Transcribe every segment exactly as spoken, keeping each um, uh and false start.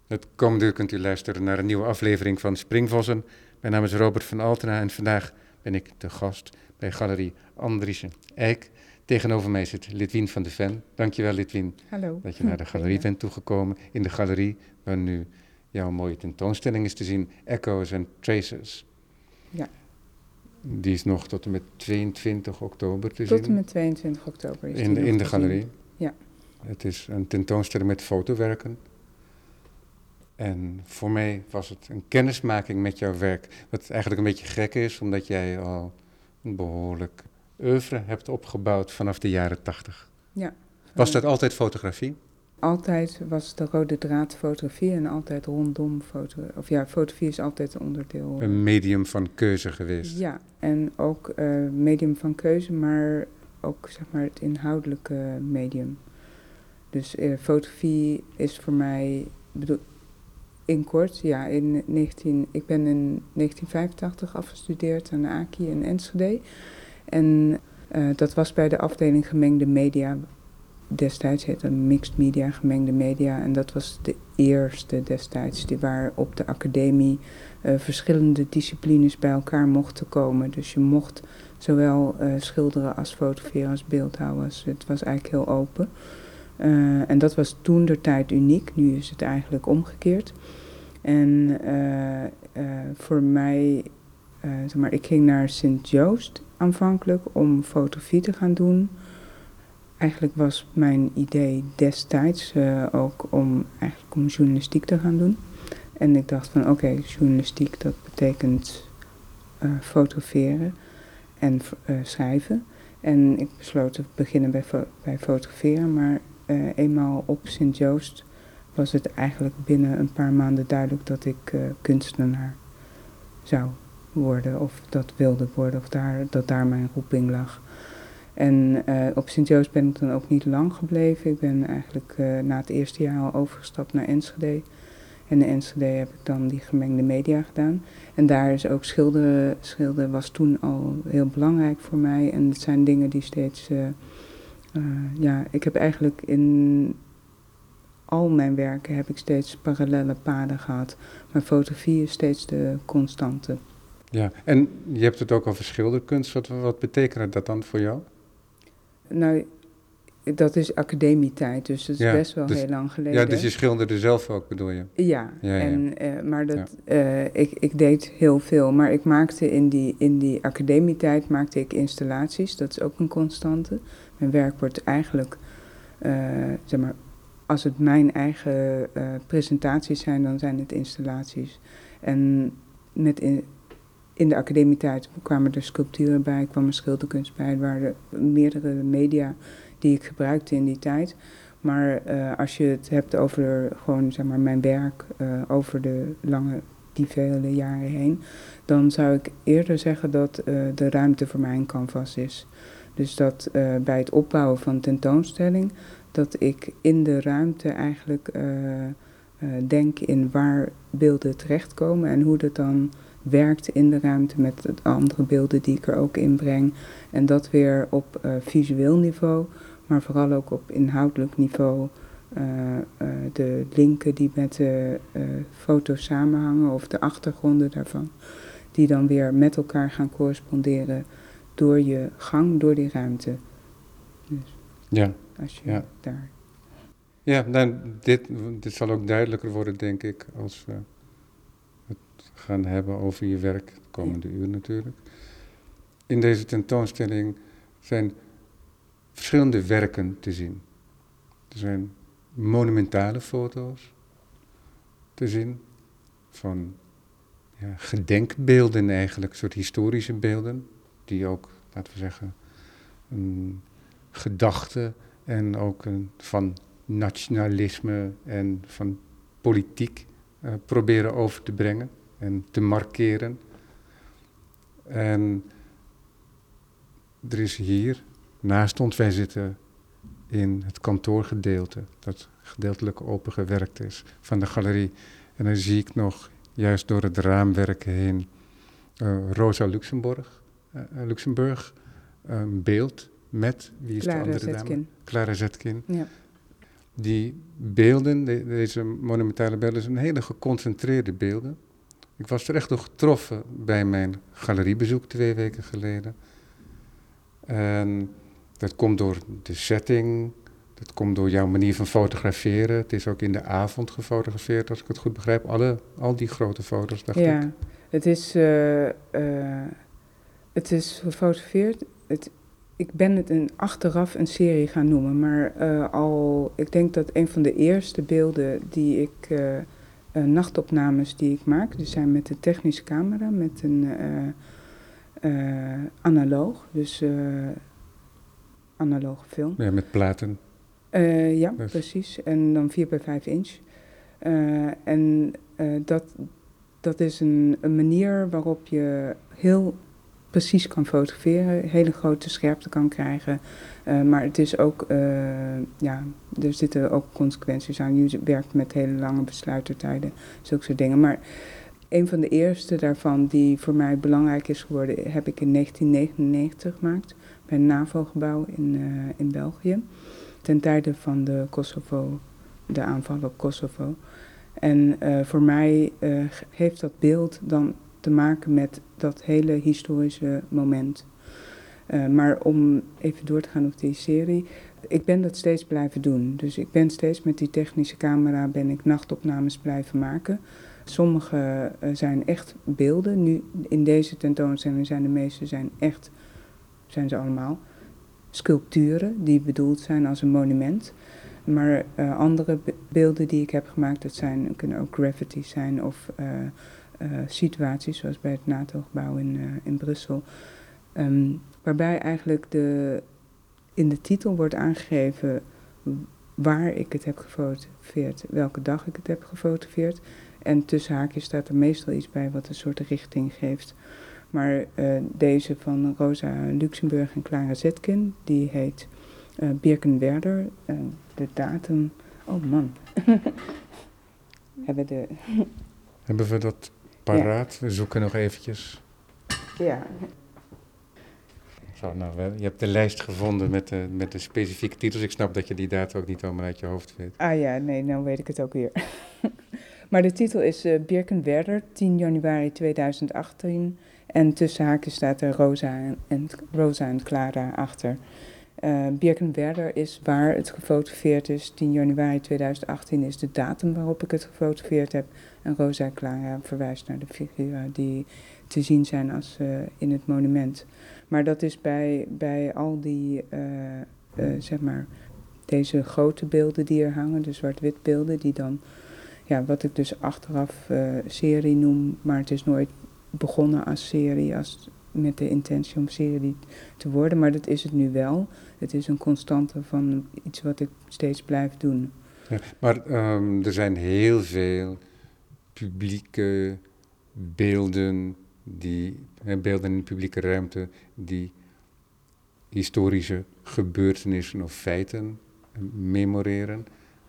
Het komende uur kunt u luisteren naar een nieuwe aflevering van Springvossen. Mijn naam is Robert van Altena en vandaag ben ik de gast bij Galerie Andriessen Eik. Tegenover mij zit Litwien van de Ven. Dankjewel Litwien Hallo. dat je naar de galerie Ja. bent toegekomen. In de galerie waar nu jouw mooie tentoonstelling is te zien, Echoes and Traces. Ja. Die is nog tot en met tweeëntwintig oktober te Tot zien. en met tweeëntwintig oktober is in de, die in nog de te galerie. zien. Ja. Het is een tentoonstelling met fotowerken. En voor mij was het een kennismaking met jouw werk. Wat eigenlijk een beetje gek is, omdat jij al een behoorlijk oeuvre hebt opgebouwd vanaf de jaren tachtig. Ja. Was dat altijd fotografie? Altijd was de rode draad fotografie en altijd rondom fotografie. Of ja, fotografie is altijd een onderdeel. Een medium van keuze geweest. Ja, en ook uh, medium van keuze, maar ook zeg maar het inhoudelijke medium. Dus uh, fotografie is voor mij, bedoel, in kort, ja, in negentien, ik ben in negentien vijfentachtig afgestudeerd aan de A K I in Enschede. En uh, dat was bij de afdeling gemengde media. Destijds heette het mixed media, gemengde media. En dat was de eerste destijds, die waar op de academie uh, verschillende disciplines bij elkaar mochten komen. Dus je mocht zowel uh, schilderen als fotograferen als beeldhouden. Dus het was eigenlijk heel open. Uh, en dat was toen der tijd uniek. Nu is het eigenlijk omgekeerd. En uh, uh, voor mij, uh, zeg maar, ik ging naar Sint-Joost aanvankelijk om fotografie te gaan doen. Eigenlijk was mijn idee destijds uh, ook om, eigenlijk om journalistiek te gaan doen. En ik dacht van oké, okay, journalistiek dat betekent uh, fotograferen en uh, schrijven. En ik besloot te beginnen bij, fo- bij fotograferen, maar uh, eenmaal op Sint-Joost was het eigenlijk binnen een paar maanden duidelijk dat ik uh, kunstenaar zou worden. Of dat wilde worden, of daar, dat daar mijn roeping lag. En uh, op Sint-Joost ben ik dan ook niet lang gebleven. Ik ben eigenlijk uh, na het eerste jaar al overgestapt naar Enschede. En in Enschede heb ik dan die gemengde media gedaan. En daar is ook schilderen, schilderen was toen al heel belangrijk voor mij. En het zijn dingen die steeds, uh, uh, ja, ik heb eigenlijk in al mijn werken heb ik steeds parallele paden gehad. Maar fotografie is steeds de constante. Ja, en je hebt het ook over schilderkunst. Wat, wat betekent dat dan voor jou? Nou, dat is academietijd, dus dat is ja, best wel dus, heel lang geleden. Ja, dus je schilderde zelf ook, bedoel je? Ja, ja, ja. En, uh, maar dat, ja. uh, ik, ik deed heel veel. Maar ik maakte in die, in die academietijd maakte ik installaties, dat is ook een constante. Mijn werk wordt eigenlijk, uh, zeg maar, als het mijn eigen uh, presentaties zijn, dan zijn het installaties. En met in, in de academietijd kwamen er sculpturen bij, kwam er schilderkunst bij. Er waren meerdere media die ik gebruikte in die tijd. Maar uh, als je het hebt over gewoon, zeg maar, mijn werk, uh, over de lange, die vele jaren heen, dan zou ik eerder zeggen dat uh, de ruimte voor mij een canvas is. Dus dat uh, bij het opbouwen van een tentoonstelling, dat ik in de ruimte eigenlijk uh, uh, denk in waar beelden terechtkomen en hoe dat dan werkt in de ruimte met de andere beelden die ik er ook in breng. En dat weer op uh, visueel niveau, maar vooral ook op inhoudelijk niveau. Uh, uh, de linken die met de uh, foto's samenhangen of de achtergronden daarvan, die dan weer met elkaar gaan corresponderen door je gang, door die ruimte. Dus ja. Als je ja. daar... Ja, nou, dit, dit zal ook duidelijker worden, denk ik, als we het gaan hebben over je werk, de komende ja. uur natuurlijk. In deze tentoonstelling zijn verschillende werken te zien. Er zijn monumentale foto's te zien van ja, gedenkbeelden eigenlijk, soort historische beelden, die ook, laten we zeggen, een gedachte en ook een, van nationalisme en van politiek uh, proberen over te brengen en te markeren. En er is hier naast ons, wij zitten in het kantoorgedeelte, dat gedeeltelijk opengewerkt is van de galerie. En dan zie ik nog, juist door het raamwerk heen, uh, Rosa Luxemburg, uh, Luxemburg, een beeld met, wie is Clara de andere Zetkin. dame? Clara Zetkin. Ja. die beelden, de, deze monumentale beelden, zijn hele geconcentreerde beelden. Ik was er echt door getroffen bij mijn galeriebezoek twee weken geleden. En dat komt door de setting, dat komt door jouw manier van fotograferen. Het is ook in de avond gefotografeerd, als ik het goed begrijp. Alle, al die grote foto's, dacht ja, ik. het is, uh, uh, het is gefotografeerd. Het, ik ben het een, achteraf een serie gaan noemen, maar uh, al, ik denk dat een van de eerste beelden die ik, uh, uh, nachtopnames die ik maak, die zijn met de technische camera, met een uh, uh, analoog, dus uh, analoge film. Ja, met platen. Uh, ja, dus. Precies. En dan vier bij vijf inch. Uh, en uh, dat, dat is een, een manier waarop je heel precies kan fotograferen, hele grote scherpte kan krijgen. Uh, maar het is ook, uh, ja, er zitten ook consequenties aan. Je werkt met hele lange besluitertijden, zulke soort dingen. Maar een van de eerste daarvan die voor mij belangrijk is geworden, heb ik in negentien negenennegentig gemaakt. Bij een NAVO-gebouw in, uh, in België. Ten tijde van de Kosovo, de aanval op Kosovo. En uh, voor mij uh, heeft dat beeld dan te maken met dat hele historische moment. Uh, maar om even door te gaan op die serie, ik ben dat steeds blijven doen. Dus ik ben steeds met die technische camera ben ik nachtopnames blijven maken. Sommige uh, zijn echt beelden. Nu in deze tentoonstelling zijn de meeste zijn echt, zijn ze allemaal, sculpturen die bedoeld zijn als een monument. Maar uh, andere be- beelden die ik heb gemaakt, dat zijn, kunnen ook graffitis zijn of uh, uh, situaties zoals bij het NATO-gebouw in, uh, in Brussel. Um, waarbij eigenlijk de, in de titel wordt aangegeven waar ik het heb gefotografeerd, welke dag ik het heb gefotografeerd. En tussen haakjes staat er meestal iets bij wat een soort richting geeft. Maar uh, deze van Rosa Luxemburg en Clara Zetkin, die heet uh, Birkenwerder. Uh, de datum, oh man, hebben de... Hebben we dat paraat? Ja. We zoeken nog eventjes. Ja. Zo, nou, je hebt de lijst gevonden met de, met de specifieke titels. Ik snap dat je die data ook niet allemaal uit je hoofd weet. Ah ja, nee, nou weet ik het ook weer. Maar de titel is uh, Birkenwerder, tien januari tweeduizend achttien. En tussen haakjes staat er Rosa en, en, Rosa en Clara achter. Uh, Birkenwerder is waar het gefotografeerd is. tien januari tweeduizend achttien is de datum waarop ik het gefotografeerd heb. En Rosa en Clara verwijst naar de figuren die te zien zijn als uh, in het monument. Maar dat is bij, bij al die, uh, uh, zeg maar, deze grote beelden die er hangen, de zwart-wit beelden, die dan, ja, wat ik dus achteraf uh, serie noem, maar het is nooit begonnen als serie, als met de intentie om serie te worden, maar dat is het nu wel. Het is een constante van iets wat ik steeds blijf doen. Ja, maar um, er zijn heel veel publieke beelden, die, hè, beelden in de publieke ruimte, die historische gebeurtenissen of feiten memoreren.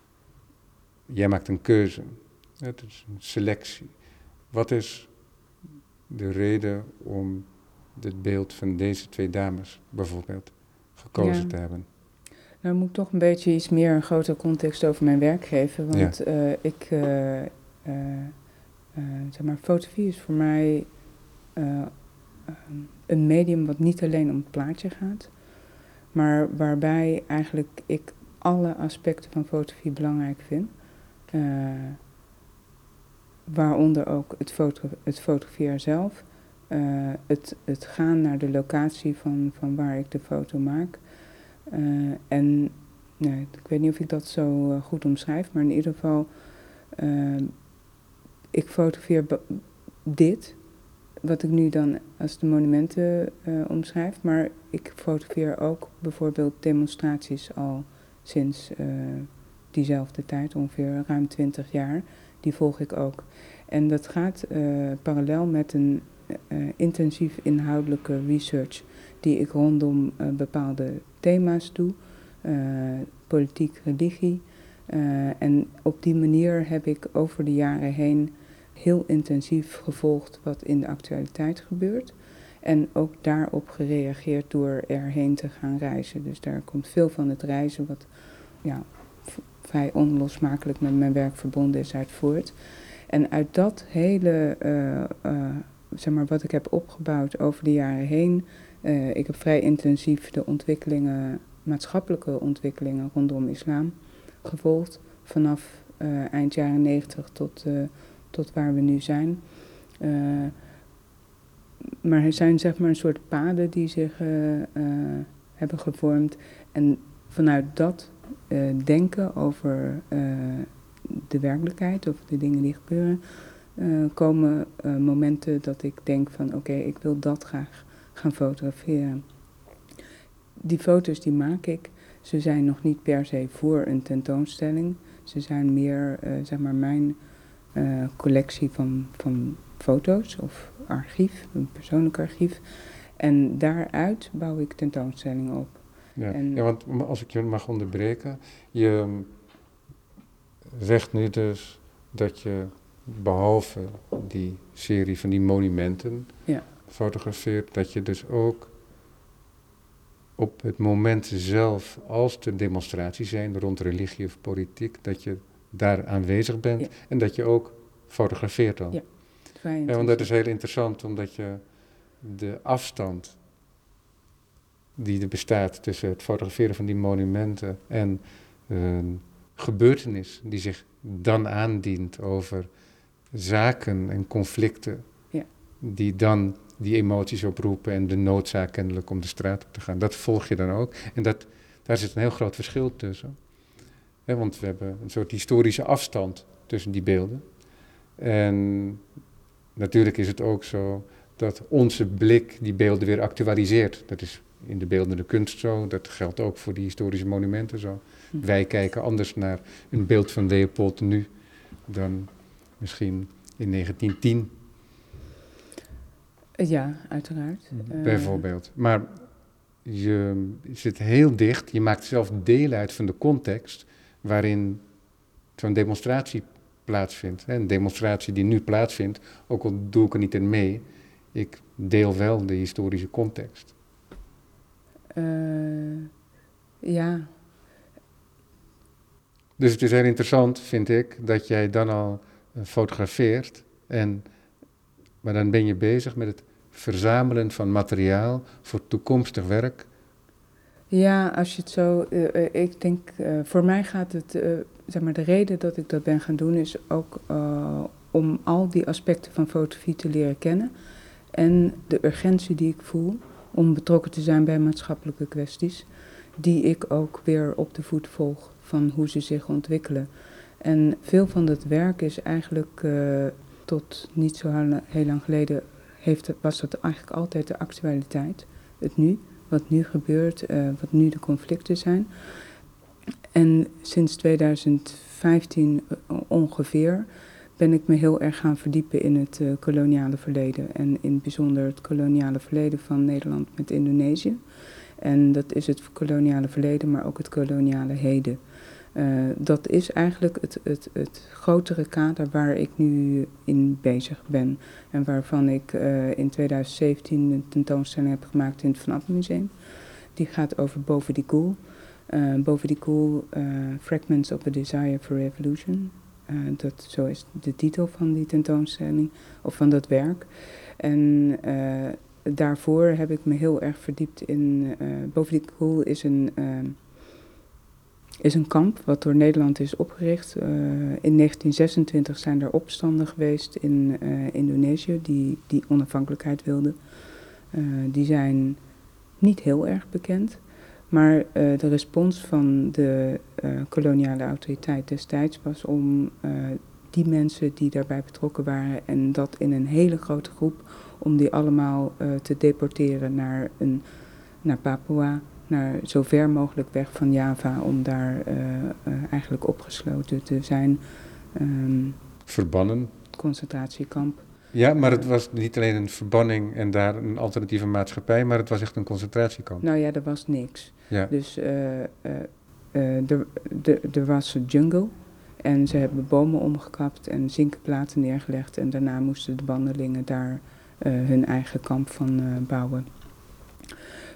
Jij maakt een keuze. Het is een selectie. Wat is de reden om het beeld van deze twee dames bijvoorbeeld gekozen ja. te hebben? Nou moet ik toch een beetje iets meer een grotere context over mijn werk geven. Want ja. uh, ik, uh, uh, uh, zeg maar, fotografie is voor mij uh, uh, een medium wat niet alleen om het plaatje gaat. Maar waarbij eigenlijk ik alle aspecten van fotografie belangrijk vind. Uh, waaronder ook het, foto, het fotograferen zelf. Uh, het, het gaan naar de locatie van, van waar ik de foto maak. Uh, en nee, ik weet niet of ik dat zo uh, goed omschrijf, maar in ieder geval, uh, ik fotografeer b- dit, wat ik nu dan als de monumenten uh, omschrijf, maar ik fotografeer ook bijvoorbeeld demonstraties al sinds uh, diezelfde tijd, ongeveer ruim twintig jaar. Die volg ik ook. En dat gaat uh, parallel met een uh, intensief inhoudelijke research die ik rondom uh, bepaalde thema's doe, uh, politiek, religie. Uh, en op die manier heb ik over de jaren heen heel intensief gevolgd wat in de actualiteit gebeurt. En ook daarop gereageerd door erheen te gaan reizen. Dus daar komt veel van het reizen wat ja, v- vrij onlosmakelijk met mijn werk verbonden is uit voort. En uit dat hele, uh, uh, zeg maar, wat ik heb opgebouwd over de jaren heen, uh, ik heb vrij intensief de ontwikkelingen, maatschappelijke ontwikkelingen rondom islam gevolgd, vanaf uh, eind jaren negentig tot, uh, tot waar we nu zijn. Uh, maar er zijn zeg maar een soort paden die zich uh, uh, hebben gevormd. En vanuit dat uh, denken over uh, de werkelijkheid, over de dingen die gebeuren, uh, komen uh, momenten dat ik denk van oké, okay, ik wil dat graag gaan fotograferen. Die foto's die maak ik, ze zijn nog niet per se voor een tentoonstelling. Ze zijn meer uh, zeg maar mijn uh, collectie van, van foto's of archief, een persoonlijk archief. En daaruit bouw ik tentoonstellingen op. Ja, en, ja, want als ik je mag onderbreken, je zegt nu dus dat je behalve die serie van die monumenten ja. fotografeert, dat je dus ook op het moment zelf, als er demonstraties zijn rond religie of politiek, dat je daar aanwezig bent ja. en dat je ook fotografeert dan. Ja, ja, want dat is heel interessant, omdat je de afstand die er bestaat tussen het fotograferen van die monumenten en een gebeurtenis die zich dan aandient over zaken en conflicten ja. die dan die emoties oproepen en de noodzaak kennelijk om de straat op te gaan. Dat volg je dan ook. En dat, daar zit een heel groot verschil tussen. He, want we hebben een soort historische afstand tussen die beelden. En natuurlijk is het ook zo dat onze blik die beelden weer actualiseert. Dat is in de beeldende kunst zo, dat geldt ook voor die historische monumenten zo. Hm. Wij kijken anders naar een beeld van Leopold nu dan misschien in negentien tien. Ja, uiteraard. Bijvoorbeeld. Maar je zit heel dicht, je maakt zelf deel uit van de context waarin zo'n demonstratie plaatsvindt. Een demonstratie die nu plaatsvindt, ook al doe ik er niet in mee, ik deel wel de historische context. Uh, ja. Dus het is heel interessant, vind ik, dat jij dan al uh, fotografeert, en, maar dan ben je bezig met het verzamelen van materiaal voor toekomstig werk. Ja, als je het zo, uh, uh, ik denk, uh, voor mij gaat het, uh, zeg maar, de reden dat ik dat ben gaan doen is ook uh, om al die aspecten van fotografie te leren kennen en de urgentie die ik voel om betrokken te zijn bij maatschappelijke kwesties, die ik ook weer op de voet volg van hoe ze zich ontwikkelen. En veel van dat werk is eigenlijk uh, tot niet zo heel lang geleden heeft het, was dat eigenlijk altijd de actualiteit, het nu, wat nu gebeurt, uh, wat nu de conflicten zijn. En sinds tweeduizend vijftien uh, ongeveer ben ik me heel erg gaan verdiepen in het uh, koloniale verleden. En in het bijzonder het koloniale verleden van Nederland met Indonesië. En dat is het koloniale verleden, maar ook het koloniale heden. Uh, dat is eigenlijk het, het, het grotere kader waar ik nu in bezig ben. En waarvan ik uh, in tweeduizend zeventien een tentoonstelling heb gemaakt in het Van Appen Museum. Die gaat over Boven die Koel. Uh, Boven die Koel, uh, Fragments of a Desire for Revolution. Uh, dat, zo is de titel van die tentoonstelling, of van dat werk. En uh, daarvoor heb ik me heel erg verdiept in... Uh, Boven die Koel is een... Uh, is een kamp wat door Nederland is opgericht. Uh, in negentien zesentwintig zijn er opstanden geweest in uh, Indonesië die, die onafhankelijkheid wilden. Uh, die zijn niet heel erg bekend. Maar uh, de respons van de uh, koloniale autoriteit destijds was om uh, die mensen die daarbij betrokken waren en dat in een hele grote groep, om die allemaal uh, te deporteren naar, een, naar Papua, naar zo ver mogelijk weg van Java, om daar uh, uh, eigenlijk opgesloten te zijn. Um, Verbannen. Concentratiekamp. Ja, maar het was niet alleen een verbanning en daar een alternatieve maatschappij, maar het was echt een concentratiekamp. Nou ja, er was niks. Ja. Dus uh, uh, uh, er, er, er was een jungle en ze hebben bomen omgekapt en zinkenplaten neergelegd en daarna moesten de bandelingen daar uh, hun eigen kamp van uh, bouwen.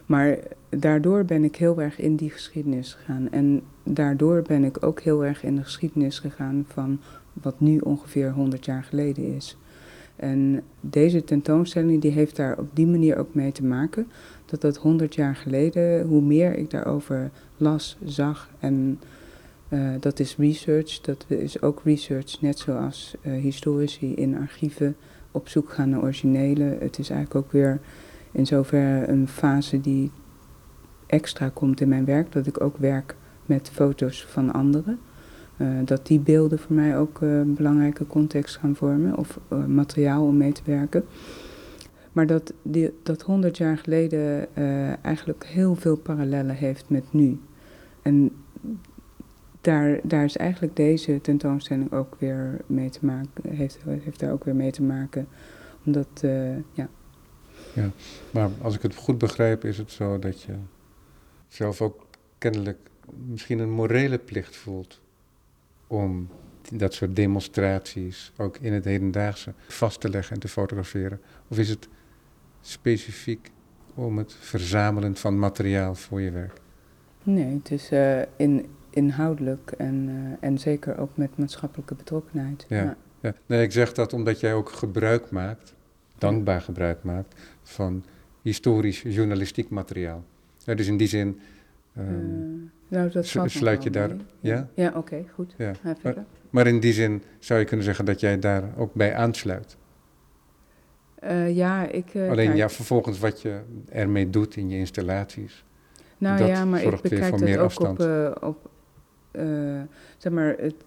Maar daardoor ben ik heel erg in die geschiedenis gegaan. En daardoor ben ik ook heel erg in de geschiedenis gegaan van wat nu ongeveer honderd jaar geleden is. En deze tentoonstelling die heeft daar op die manier ook mee te maken. Dat dat honderd jaar geleden, hoe meer ik daarover las, zag en uh, dat is research. Dat is ook research, net zoals uh, historici in archieven op zoek gaan naar originelen. Het is eigenlijk ook weer in zoverre een fase die extra komt in mijn werk. Dat ik ook werk met foto's van anderen. Uh, dat die beelden voor mij ook uh, een belangrijke context gaan vormen. Of uh, materiaal om mee te werken. Maar dat, die, dat honderd jaar geleden uh, eigenlijk heel veel parallellen heeft met nu. En daar, daar is eigenlijk deze tentoonstelling ook weer mee te maken. Heeft, heeft daar ook weer mee te maken. Omdat, uh, ja... Ja, maar als ik het goed begrijp is het zo dat je zelf ook kennelijk misschien een morele plicht voelt om dat soort demonstraties ook in het hedendaagse vast te leggen en te fotograferen? Of is het specifiek om het verzamelen van materiaal voor je werk? Nee, het is uh, in, inhoudelijk en, uh, en zeker ook met maatschappelijke betrokkenheid. Ja, ja. Ja. Nee, ik zeg dat omdat jij ook gebruik maakt, dankbaar gebruik maakt, van historisch journalistiek materiaal. Ja, dus in die zin um, uh, nou, dat s- sluit je daar... mee. Ja, ja oké, okay, goed. Ja. Ga verder. Maar, maar in die zin zou je kunnen zeggen dat jij daar ook bij aansluit. Uh, ja, ik... Uh, Alleen kijk, ja, vervolgens wat je ermee doet in je installaties. Nou dat ja, maar ik bekijk van het meer ook afstand. op... Uh, op uh, zeg maar, het...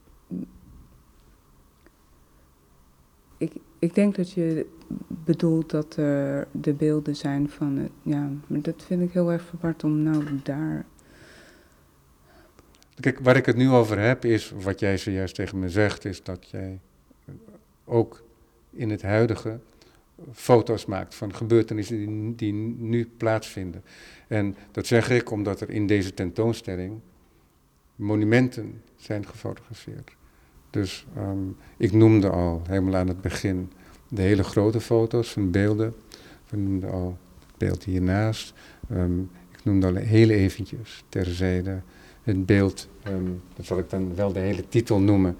Ik, ik denk dat je bedoelt dat er de beelden zijn van het... Ja, maar dat vind ik heel erg verward om nou daar... Kijk, waar ik het nu over heb is, wat jij zojuist tegen me zegt, is dat jij ook in het huidige foto's maakt van gebeurtenissen die, die nu plaatsvinden. En dat zeg ik omdat er in deze tentoonstelling monumenten zijn gefotografeerd. Dus um, ik noemde al helemaal aan het begin de hele grote foto's van beelden. We noemden al het beeld hiernaast. Um, ik noemde al heel eventjes terzijde het beeld, um, dat zal ik dan wel de hele titel noemen.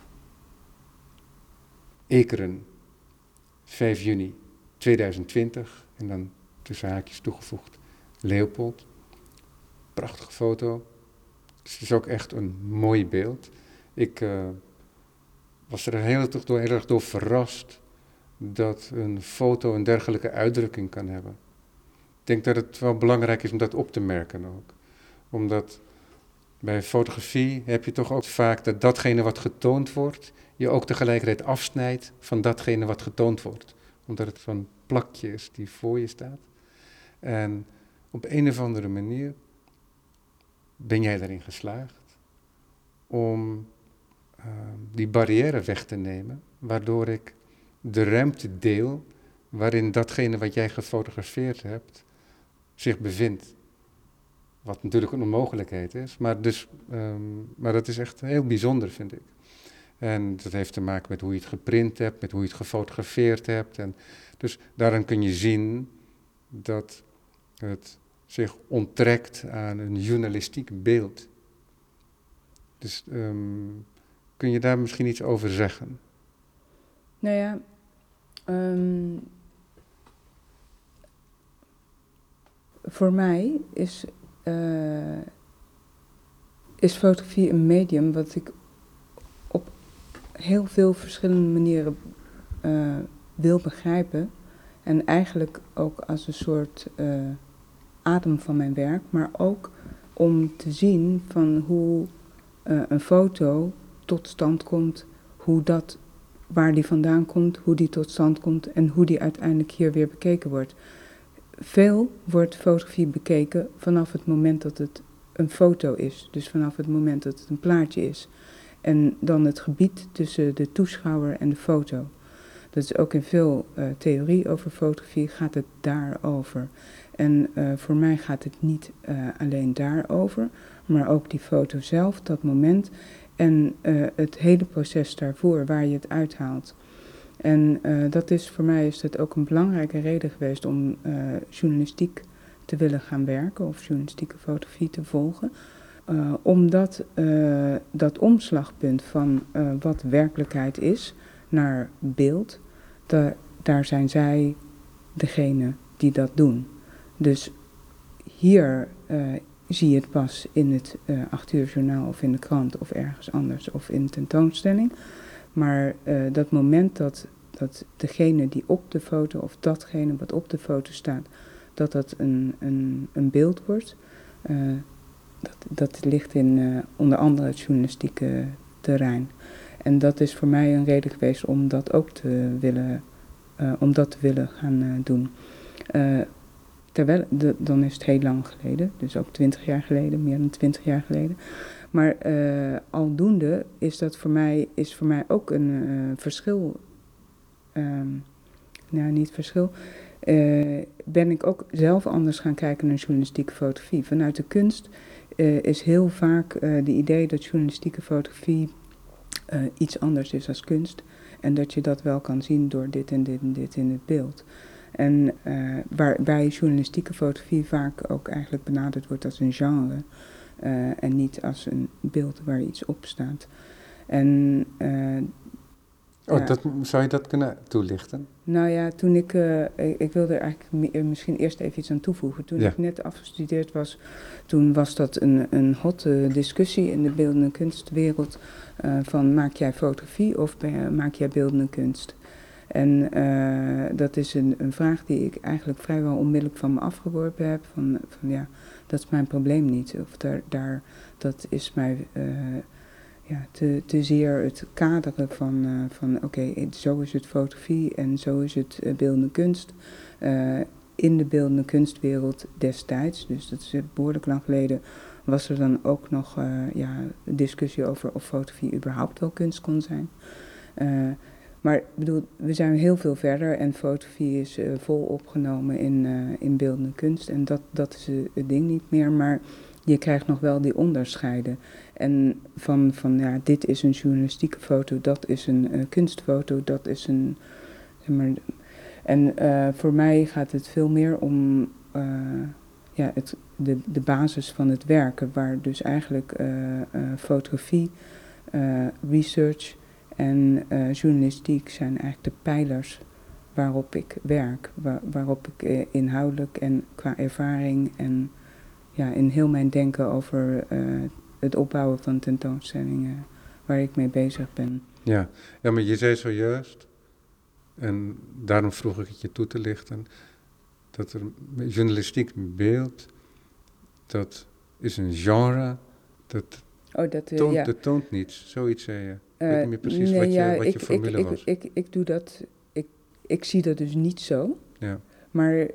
Ekeren, vijf juni tweeduizend twintig. En dan tussen haakjes toegevoegd Leopold. Prachtige foto. Het is ook echt een mooi beeld. Ik uh, was er heel, door, heel erg door verrast dat een foto een dergelijke uitdrukking kan hebben. Ik denk dat het wel belangrijk is om dat op te merken ook. Omdat bij fotografie heb je toch ook vaak dat datgene wat getoond wordt, je ook tegelijkertijd afsnijdt van datgene wat getoond wordt. Omdat het zo'n plakje is die voor je staat. En op een of andere manier ben jij erin geslaagd om uh, die barrière weg te nemen, waardoor ik de ruimte deel waarin datgene wat jij gefotografeerd hebt zich bevindt. Wat natuurlijk een onmogelijkheid is, maar, dus, um, maar dat is echt heel bijzonder, vind ik. En dat heeft te maken met hoe je het geprint hebt, met hoe je het gefotografeerd hebt. En dus daarin kun je zien dat het zich onttrekt aan een journalistiek beeld. Dus um, kun je daar misschien iets over zeggen? Nou ja, um, voor mij is, uh, is fotografie een medium wat ik op heel veel verschillende manieren uh, wil begrijpen. En eigenlijk ook als een soort uh, adem van mijn werk, maar ook om te zien van hoe uh, een foto tot stand komt, hoe dat, waar die vandaan komt, hoe die tot stand komt en hoe die uiteindelijk hier weer bekeken wordt. Veel wordt fotografie bekeken vanaf het moment dat het een foto is, dus vanaf het moment dat het een plaatje is. En dan het gebied tussen de toeschouwer en de foto. Dat is ook in veel uh, theorie over fotografie gaat het daarover. En uh, voor mij gaat het niet uh, alleen daarover, maar ook die foto zelf, dat moment en uh, het hele proces daarvoor, waar je het uithaalt. En uh, dat is voor mij is dat ook een belangrijke reden geweest om uh, journalistiek te willen gaan werken of journalistieke fotografie te volgen. Uh, omdat uh, dat omslagpunt van uh, wat werkelijkheid is naar beeld, da- daar zijn zij degene die dat doen. Dus hier uh, zie je het pas in het uh, acht uur journaal of in de krant of ergens anders of in een tentoonstelling. Maar uh, dat moment dat, dat degene die op de foto of datgene wat op de foto staat, dat dat een, een, een beeld wordt, uh, dat, dat ligt in uh, onder andere het journalistieke terrein. En dat is voor mij een reden geweest om dat ook te willen, uh, om dat te willen gaan uh, doen. Uh, terwijl, de, dan is het heel lang geleden, dus ook twintig jaar geleden, meer dan twintig jaar geleden. Maar uh, aldoende is dat voor mij, is voor mij ook een uh, verschil. Um, nou, niet verschil. Uh, ben ik ook zelf anders gaan kijken naar journalistieke fotografie. Vanuit de kunst uh, is heel vaak uh, de idee dat journalistieke fotografie uh, iets anders is als kunst. En dat je dat wel kan zien door dit en dit en dit in het beeld. En uh, waarbij journalistieke fotografie vaak ook eigenlijk benaderd wordt als een genre. Uh, en niet als een beeld waar iets op staat. En, uh, oh, ja. dat, zou je dat kunnen toelichten? Nou ja, toen ik, uh, ik, ik wilde er eigenlijk me, misschien eerst even iets aan toevoegen. Toen Ja. ik net afgestudeerd was, toen was dat een, een hotte discussie in de beeldende kunstwereld. Uh, van maak jij fotografie of ben, maak jij beeldende kunst? En uh, dat is een, een vraag die ik eigenlijk vrijwel onmiddellijk van me afgeworpen heb. Van, van ja, dat is mijn probleem niet. Of daar, daar dat is mij uh, ja, te, te zeer het kaderen van, uh, van oké, okay, zo is het fotografie en zo is het uh, beeldende kunst. Uh, in de beeldende kunstwereld destijds, dus dat is behoorlijk lang geleden, was er dan ook nog uh, ja, een discussie over of fotografie überhaupt wel kunst kon zijn. Uh, Maar ik bedoel, we zijn heel veel verder en fotografie is uh, vol opgenomen in, uh, in beeldende kunst. En dat, dat is uh, het ding niet meer, maar je krijgt nog wel die onderscheiden. En van, van ja, dit is een journalistieke foto, dat is een uh, kunstfoto, dat is een... Zeg maar, en uh, voor mij gaat het veel meer om uh, ja, het, de, de basis van het werken, waar dus eigenlijk uh, uh, fotografie, uh, research... En uh, journalistiek zijn eigenlijk de pijlers waarop ik werk. Waar, waarop ik uh, inhoudelijk en qua ervaring en ja, in heel mijn denken over uh, het opbouwen van tentoonstellingen waar ik mee bezig ben. Ja, ja, maar je zei zojuist, en daarom vroeg ik het je toe te lichten, dat er journalistiek beeld, dat is een genre, dat, oh, dat, uh, toont, ja. dat toont niets, zoiets zei je. Ik Uh, weet niet meer precies nee, wat, je, ja, wat ik, je formule ik, was. Ik, ik, ik doe dat, ik, ik zie dat dus niet zo. Ja. Maar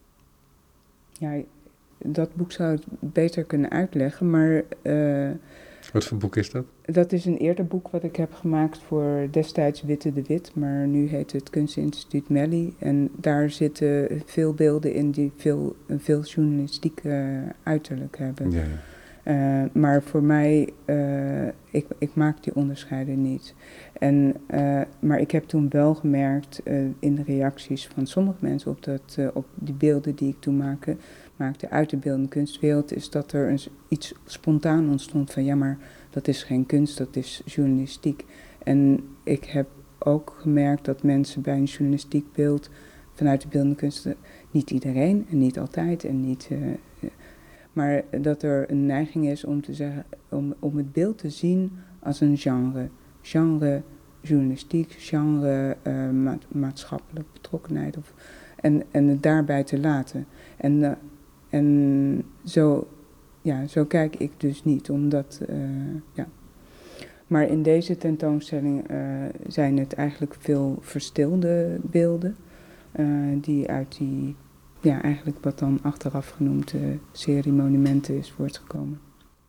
ja, dat boek zou het beter kunnen uitleggen, maar... Uh, Wat voor boek is dat? Dat is een eerder boek wat ik heb gemaakt voor destijds Witte de Wit, maar nu heet het Kunstinstituut Melly. En daar zitten veel beelden in die veel, veel journalistiek uh, uiterlijk hebben. Ja, ja. Uh, maar voor mij, uh, ik, ik maak die onderscheiden niet. En, uh, maar ik heb toen wel gemerkt uh, in de reacties van sommige mensen op, dat, uh, op die beelden die ik toen maakte, maakte uit de beeldende kunstwereld, is dat er een, iets spontaan ontstond van ja, maar dat is geen kunst, dat is journalistiek. En ik heb ook gemerkt dat mensen bij een journalistiek beeld vanuit de beeldende kunst, niet iedereen en niet altijd en niet... Uh, maar dat er een neiging is om te zeggen, om, om het beeld te zien als een genre. Genre journalistiek, genre uh, ma- maatschappelijk betrokkenheid. Of, en, en het daarbij te laten. En, uh, en zo, ja, zo kijk ik dus niet, omdat, uh, ja. Maar in deze tentoonstelling uh, zijn het eigenlijk veel verstilde beelden, uh, die uit die... Ja, eigenlijk wat dan achteraf genoemd uh, serie monumenten is voortgekomen.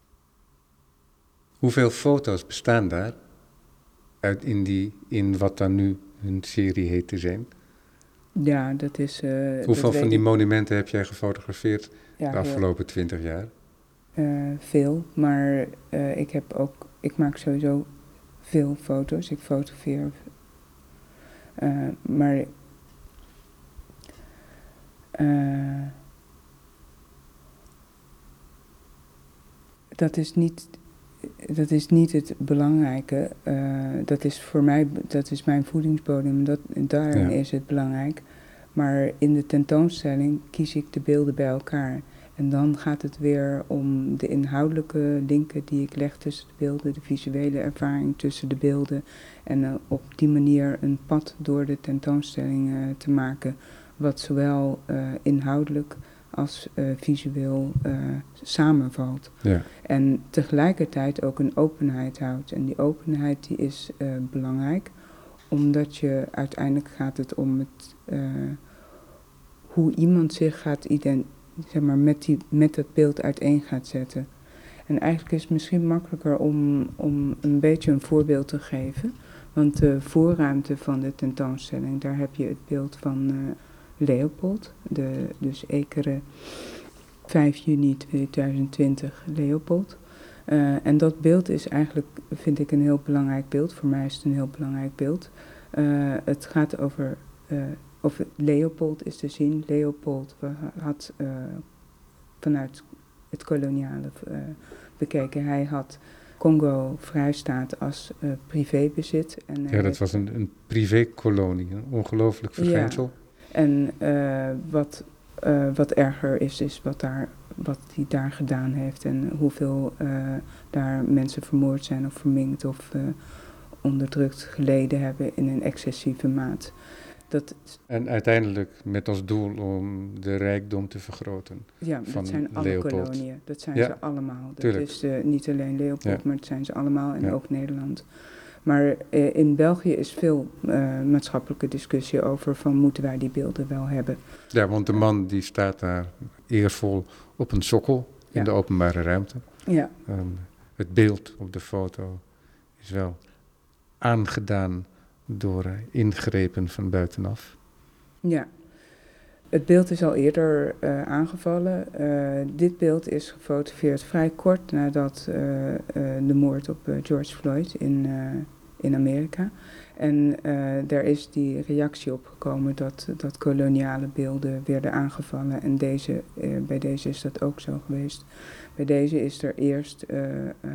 Hoeveel foto's bestaan daar uit in, die, in wat dan nu een serie heet te zijn? Ja, dat is... Uh, Hoeveel dat van die ik. monumenten heb jij gefotografeerd Ja, de afgelopen twintig jaar? Uh, veel, maar uh, ik heb ook... Ik maak sowieso veel foto's. Ik fotografeer. Uh, maar... Uh, dat is niet, dat is niet het belangrijke. Uh, dat is voor mij, dat is mijn voedingsbodem. Dat, daarin ja. is het belangrijk. Maar in de tentoonstelling kies ik de beelden bij elkaar. En dan gaat het weer om de inhoudelijke linken die ik leg tussen de beelden, de visuele ervaring tussen de beelden. En uh, op die manier een pad door de tentoonstelling uh, te maken, wat zowel uh, inhoudelijk als uh, visueel uh, samenvalt. Ja. En tegelijkertijd ook een openheid houdt. En die openheid die is uh, belangrijk, omdat je uiteindelijk gaat het om het, uh, hoe iemand zich gaat identificeren. Zeg maar, met, die, met dat beeld uiteen gaat zetten. En eigenlijk is het misschien makkelijker om, om een beetje een voorbeeld te geven. Want de voorruimte van de tentoonstelling, daar heb je het beeld van uh, Leopold. De, dus Ekeren, vijf juni tweeduizend twintig, Leopold. Uh, en dat beeld is eigenlijk, vind ik, een heel belangrijk beeld. Voor mij is het een heel belangrijk beeld. Uh, het gaat over... Uh, Of Leopold is te zien. Leopold had uh, vanuit het koloniale uh, bekeken. Hij had Congo vrijstaat als uh, privébezit. En ja, dat was een, een privékolonie. Een ongelooflijk verschijnsel. Ja. En uh, wat, uh, wat erger is, is wat, daar, wat hij daar gedaan heeft. En hoeveel uh, daar mensen vermoord zijn of verminkt of uh, onderdrukt geleden hebben in een excessieve maat. Dat en uiteindelijk met als doel om de rijkdom te vergroten. Ja, van dat zijn alle Leopold. koloniën. Dat zijn ja, ze allemaal. Dat tuurlijk. is uh, niet alleen Leopold, ja. maar het zijn ze allemaal en ja. ook Nederland. Maar uh, in België is veel uh, maatschappelijke discussie over van moeten wij die beelden wel hebben. Ja, want de man die staat daar eervol op een sokkel in ja. de openbare ruimte. Ja. Um, het beeld op de foto is wel aangedaan door uh, ingrepen van buitenaf. Ja, het beeld is al eerder uh, aangevallen. Uh, dit beeld is gefotografeerd vrij kort nadat uh, uh, de moord op uh, George Floyd in, uh, in Amerika. En uh, er is die reactie opgekomen dat, dat koloniale beelden werden aangevallen. En deze, uh, bij deze is dat ook zo geweest. Bij deze is er eerst... Uh, uh,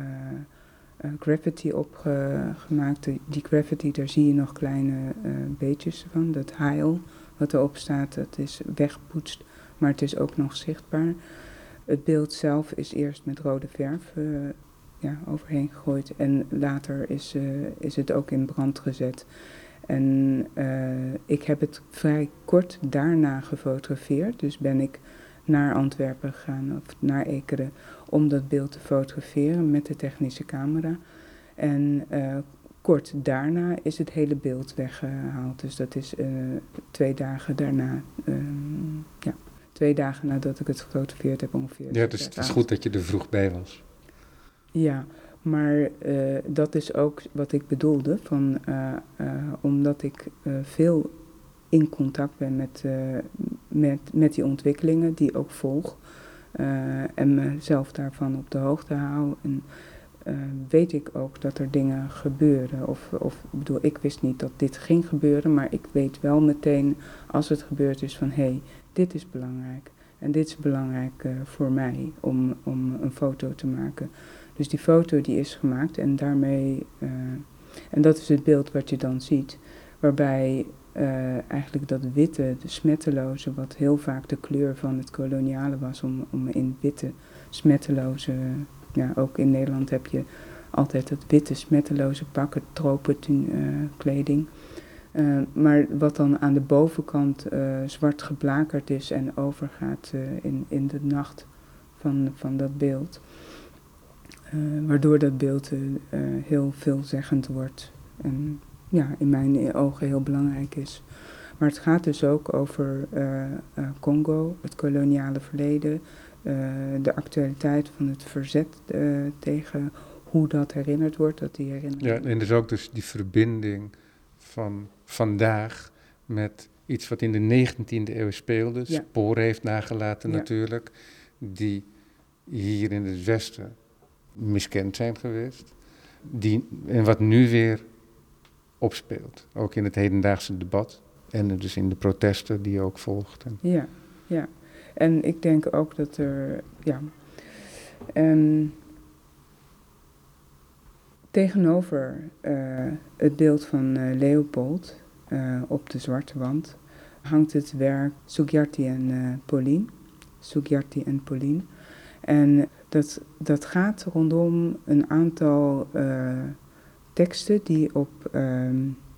Uh, graffiti opgemaakt. Die graffiti, daar zie je nog kleine uh, beetjes van. Dat heil wat erop staat, dat is weggepoetst, maar het is ook nog zichtbaar. Het beeld zelf is eerst met rode verf uh, ja, overheen gegooid en later is, uh, is het ook in brand gezet. En uh, ik heb het vrij kort daarna gefotografeerd, dus ben ik naar Antwerpen gegaan of naar Ekeren om dat beeld te fotograferen met de technische camera. En uh, kort daarna is het hele beeld weggehaald. Dus dat is uh, twee dagen daarna. Um, ja, twee dagen nadat ik het gefotografeerd heb ongeveer. Ja, dus het is goed dat je er vroeg bij was. Ja, maar uh, dat is ook wat ik bedoelde. Van, uh, uh, omdat ik uh, veel in contact ben met, uh, met, met die ontwikkelingen die ook volg. Uh, en mezelf daarvan op de hoogte hou. En uh, weet ik ook dat er dingen gebeuren. Of, of ik bedoel, ik wist niet dat dit ging gebeuren, maar ik weet wel meteen als het gebeurd is van hé, hey, dit is belangrijk. En dit is belangrijk uh, voor mij om, om een foto te maken. Dus die foto die is gemaakt en daarmee, uh, en dat is het beeld wat je dan ziet, waarbij uh, eigenlijk dat witte, de smetteloze, wat heel vaak de kleur van het koloniale was, om, om in witte, smetteloze, ja, ook in Nederland heb je altijd dat witte, smetteloze pak, het tropenkleding. Uh, maar wat dan aan de bovenkant uh, zwart geblakerd is en overgaat uh, in, in de nacht van, van dat beeld. Uh, waardoor dat beeld uh, uh, heel veelzeggend wordt en ja, in mijn ogen heel belangrijk is. Maar het gaat dus ook over uh, uh, Congo, het koloniale verleden, uh, de actualiteit van het verzet uh, tegen hoe dat herinnerd wordt. Dat die herinnering... Ja, en dus ook dus die verbinding van vandaag met iets wat in de negentiende eeuw speelde, ja. sporen heeft nagelaten ja. natuurlijk, die hier in het Westen miskend zijn geweest, die, en wat nu weer opspeelt, ook in het hedendaagse debat en dus in de protesten die ook volgden. Ja, ja. En ik denk ook dat er, ja, um, Tegenover uh, het beeld van uh, Leopold uh, op de zwarte wand hangt het werk Sugiyarti en uh, Pauline. Sugiyarti en Pauline. En dat, dat gaat rondom een aantal uh, teksten die op, uh,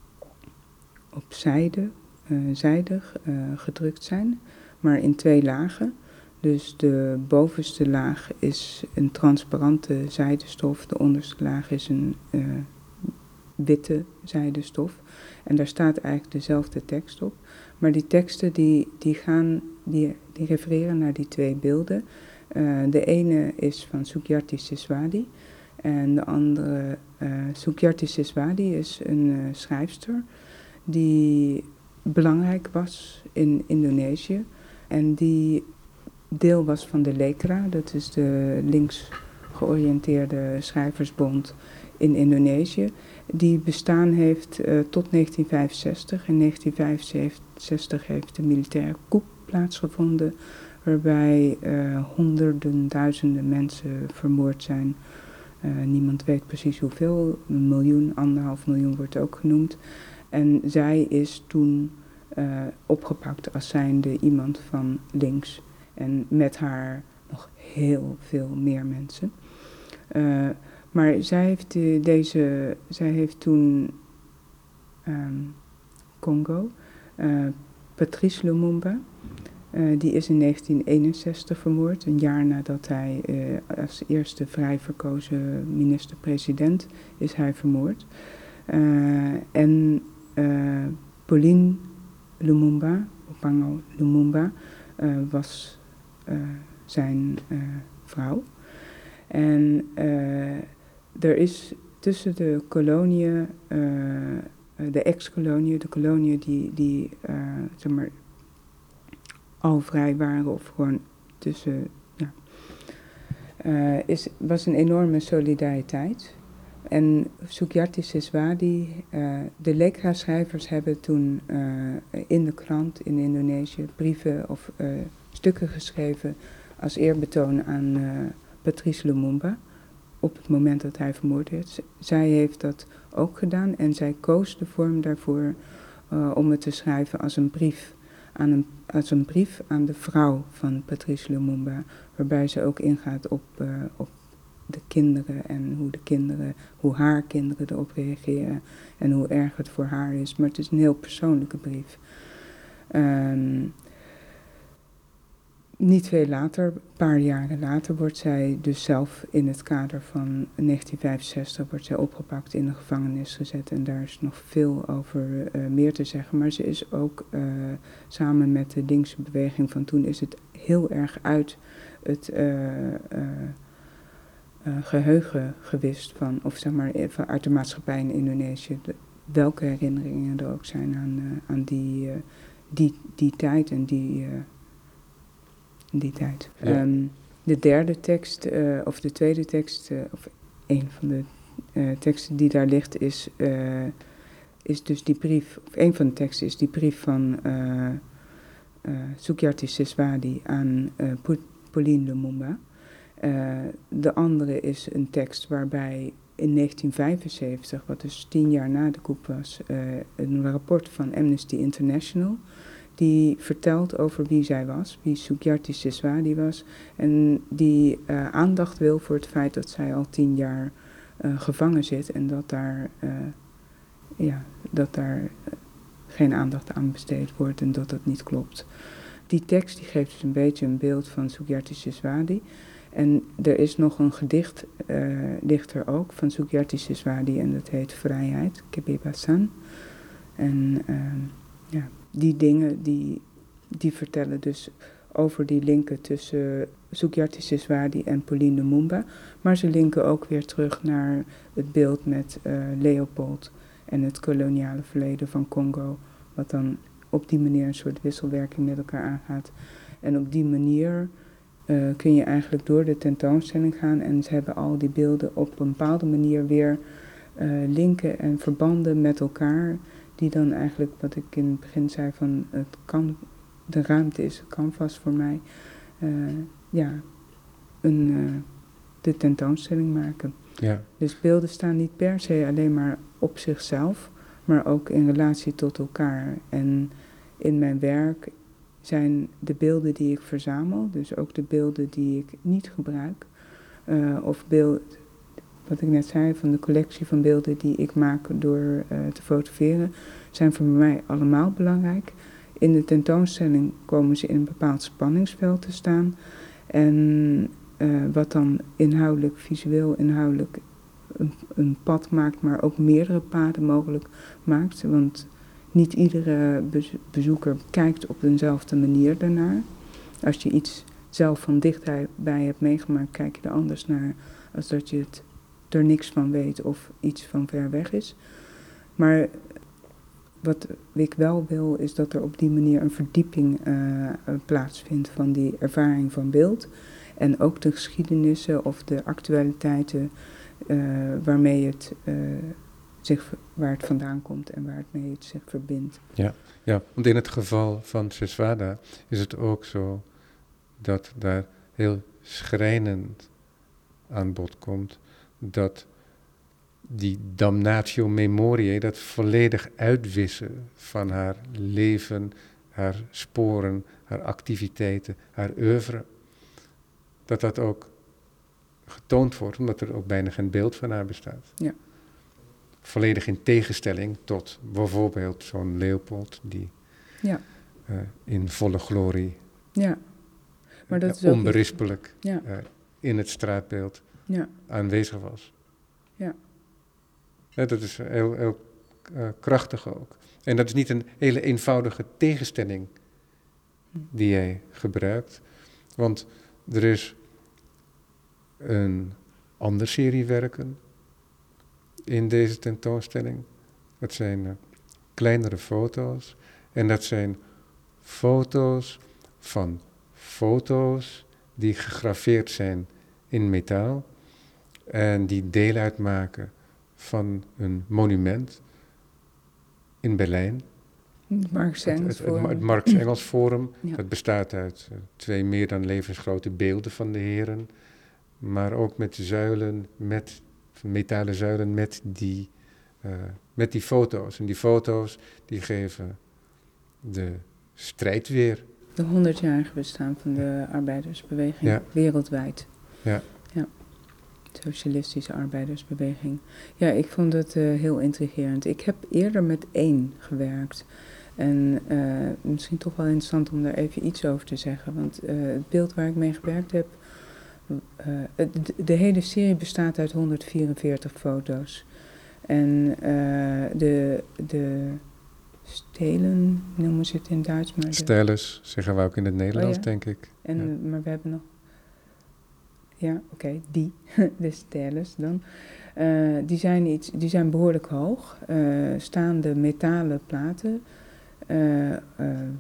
op zijde, uh, zijdig uh, gedrukt zijn, maar in twee lagen. Dus de bovenste laag is een transparante zijdestof, de onderste laag is een uh, witte zijdestof. En daar staat eigenlijk dezelfde tekst op. Maar die teksten die, die, gaan, die, die refereren naar die twee beelden. Uh, de ene is van Sugiyarti Seswadi en de andere, uh, Sugiyarti Seswadi is een uh, schrijfster die belangrijk was in Indonesië en die deel was van de Lekra, dat is de links georiënteerde schrijversbond in Indonesië, die bestaan heeft uh, tot negentien vijfenzestig. In negentien vijfenzestig heeft de militaire coup plaatsgevonden, waarbij uh, honderden, duizenden mensen vermoord zijn. Uh, niemand weet precies hoeveel, een miljoen, anderhalf miljoen wordt ook genoemd. En zij is toen uh, opgepakt als zijnde iemand van links. En met haar nog heel veel meer mensen. Uh, maar zij heeft, uh, deze, zij heeft toen um, Congo, uh, Patrice Lumumba, uh, die is in negentien eenenzestig vermoord, een jaar nadat hij uh, als eerste vrij verkozen minister-president is hij vermoord. Uh, en uh, Pauline Lumumba, Opango Lumumba, uh, was uh, zijn uh, vrouw. En uh, er is tussen de koloniën, uh, de ex-koloniën, de koloniën die, die uh, zeg maar, al vrij waren of gewoon tussen, ja, uh, is, was een enorme solidariteit. En Sugiyarti Seswadi, uh, de Lekra-schrijvers hebben toen uh, in de krant in Indonesië brieven of uh, stukken geschreven als eerbetoon aan uh, Patrice Lumumba op het moment dat hij vermoord werd. Z- zij heeft dat ook gedaan en zij koos de vorm daarvoor uh, om het te schrijven als een brief aan een, als een brief aan de vrouw van Patrice Lumumba, waarbij ze ook ingaat op, uh, op de kinderen en hoe de kinderen, hoe haar kinderen erop reageren en hoe erg het voor haar is. Maar het is een heel persoonlijke brief. Um, niet veel later, een paar jaren later, wordt zij dus zelf in het kader van negentien vijfenzestig wordt zij opgepakt, in de gevangenis gezet. En daar is nog veel over uh, meer te zeggen. Maar ze is ook uh, samen met de linkse beweging van toen is het heel erg uit het uh, uh, uh, geheugen gewist van, of zeg maar even uit de maatschappij in Indonesië. De, welke herinneringen er ook zijn aan, uh, aan die, uh, die, die tijd en die... Uh, die tijd. Ja. Um, de derde tekst, uh, of de tweede tekst, uh, of een van de uh, teksten die daar ligt, is, uh, is dus die brief, of een van de teksten is die brief van uh, uh, Sugiyarti Seswadi aan uh, Pauline Lumumba. Uh, de andere is een tekst waarbij in negentien vijfenzeventig, wat dus tien jaar na de coup was, uh, een rapport van Amnesty International, die vertelt over wie zij was, wie Sugiyarti Seswadi was. En die uh, aandacht wil voor het feit dat zij al tien jaar uh, gevangen zit. En dat daar, uh, ja, dat daar uh, geen aandacht aan besteed wordt en dat dat niet klopt. Die tekst die geeft dus een beetje een beeld van Sugiyarti Seswadi. En er is nog een gedicht, uh, dichter ook, van Sugiyarti Seswadi. En dat heet Vrijheid, Kebebasan. En uh, ja... Die dingen die, die vertellen dus over die linken tussen Sugiyarti Seswadi en Pauline Lumumba. Maar ze linken ook weer terug naar het beeld met uh, Leopold en het koloniale verleden van Congo. Wat dan op die manier een soort wisselwerking met elkaar aangaat. En op die manier uh, kun je eigenlijk door de tentoonstelling gaan. En ze hebben al die beelden op een bepaalde manier weer uh, linken en verbanden met elkaar. Die dan eigenlijk, wat ik in het begin zei, van het kan, de ruimte is een canvas voor mij. Uh, ja, een, uh, de tentoonstelling maken. Ja. Dus beelden staan niet per se alleen maar op zichzelf, maar ook in relatie tot elkaar. En in mijn werk zijn de beelden die ik verzamel, dus ook de beelden die ik niet gebruik, uh, of beeld, wat ik net zei, van de collectie van beelden die ik maak door uh, te fotograferen, zijn voor mij allemaal belangrijk. In de tentoonstelling komen ze in een bepaald spanningsveld te staan. En uh, wat dan inhoudelijk, visueel inhoudelijk een, een pad maakt, maar ook meerdere paden mogelijk maakt. Want niet iedere bezoeker kijkt op dezelfde manier daarnaar. Als je iets zelf van dichtbij hebt meegemaakt, kijk je er anders naar als dat je het er niks van weet of iets van ver weg is. Maar wat ik wel wil, is dat er op die manier een verdieping uh, plaatsvindt van die ervaring van beeld. En ook de geschiedenissen of de actualiteiten uh, waarmee het, uh, zich, waar het vandaan komt en waarmee het zich verbindt. Ja, ja, want in het geval van Seswada is het ook zo dat daar heel schrijnend aan bod komt dat die damnatio memoriae, dat volledig uitwissen van haar leven, haar sporen, haar activiteiten, haar oeuvre, dat dat ook getoond wordt, omdat er ook bijna geen beeld van haar bestaat. Ja. Volledig in tegenstelling tot bijvoorbeeld zo'n Leopold die ja. uh, in volle glorie, ja. Maar dat uh, is ook onberispelijk ja. uh, in het straatbeeld ja. aanwezig was. Ja. Ja, dat is heel, heel uh, krachtig ook. En dat is niet een hele eenvoudige tegenstelling die jij gebruikt. Want er is een andere serie werken in deze tentoonstelling. Dat zijn uh, kleinere foto's. En dat zijn foto's van foto's die gegraveerd zijn in metaal. En die deel uitmaken van een monument in Berlijn. Het Marx Engels het, het, het, het Marx Engels Forum. Ja. Dat bestaat uit uh, twee meer dan levensgrote beelden van de heren. Maar ook met zuilen, met metalen zuilen, met die, uh, met die foto's. En die foto's die geven de strijd weer. De honderdjarige bestaan van de arbeidersbeweging ja. wereldwijd. Ja. ja. Socialistische arbeidersbeweging. Ja, ik vond het uh, heel intrigerend. Ik heb eerder met één gewerkt. En uh, misschien toch wel interessant om daar even iets over te zeggen. Want uh, het beeld waar ik mee gewerkt heb... Uh, de, de hele serie bestaat uit honderdvierenveertig foto's. En uh, de, de stelen noemen ze het in Duits. Maar Stylus zeggen we ook in het Nederlands, oh ja? denk ik. En, ja. Maar we hebben nog... Ja, oké, okay, die, de stylus dan. Uh, die, zijn iets, die zijn behoorlijk hoog. Uh, staande metalen platen. Uh, uh,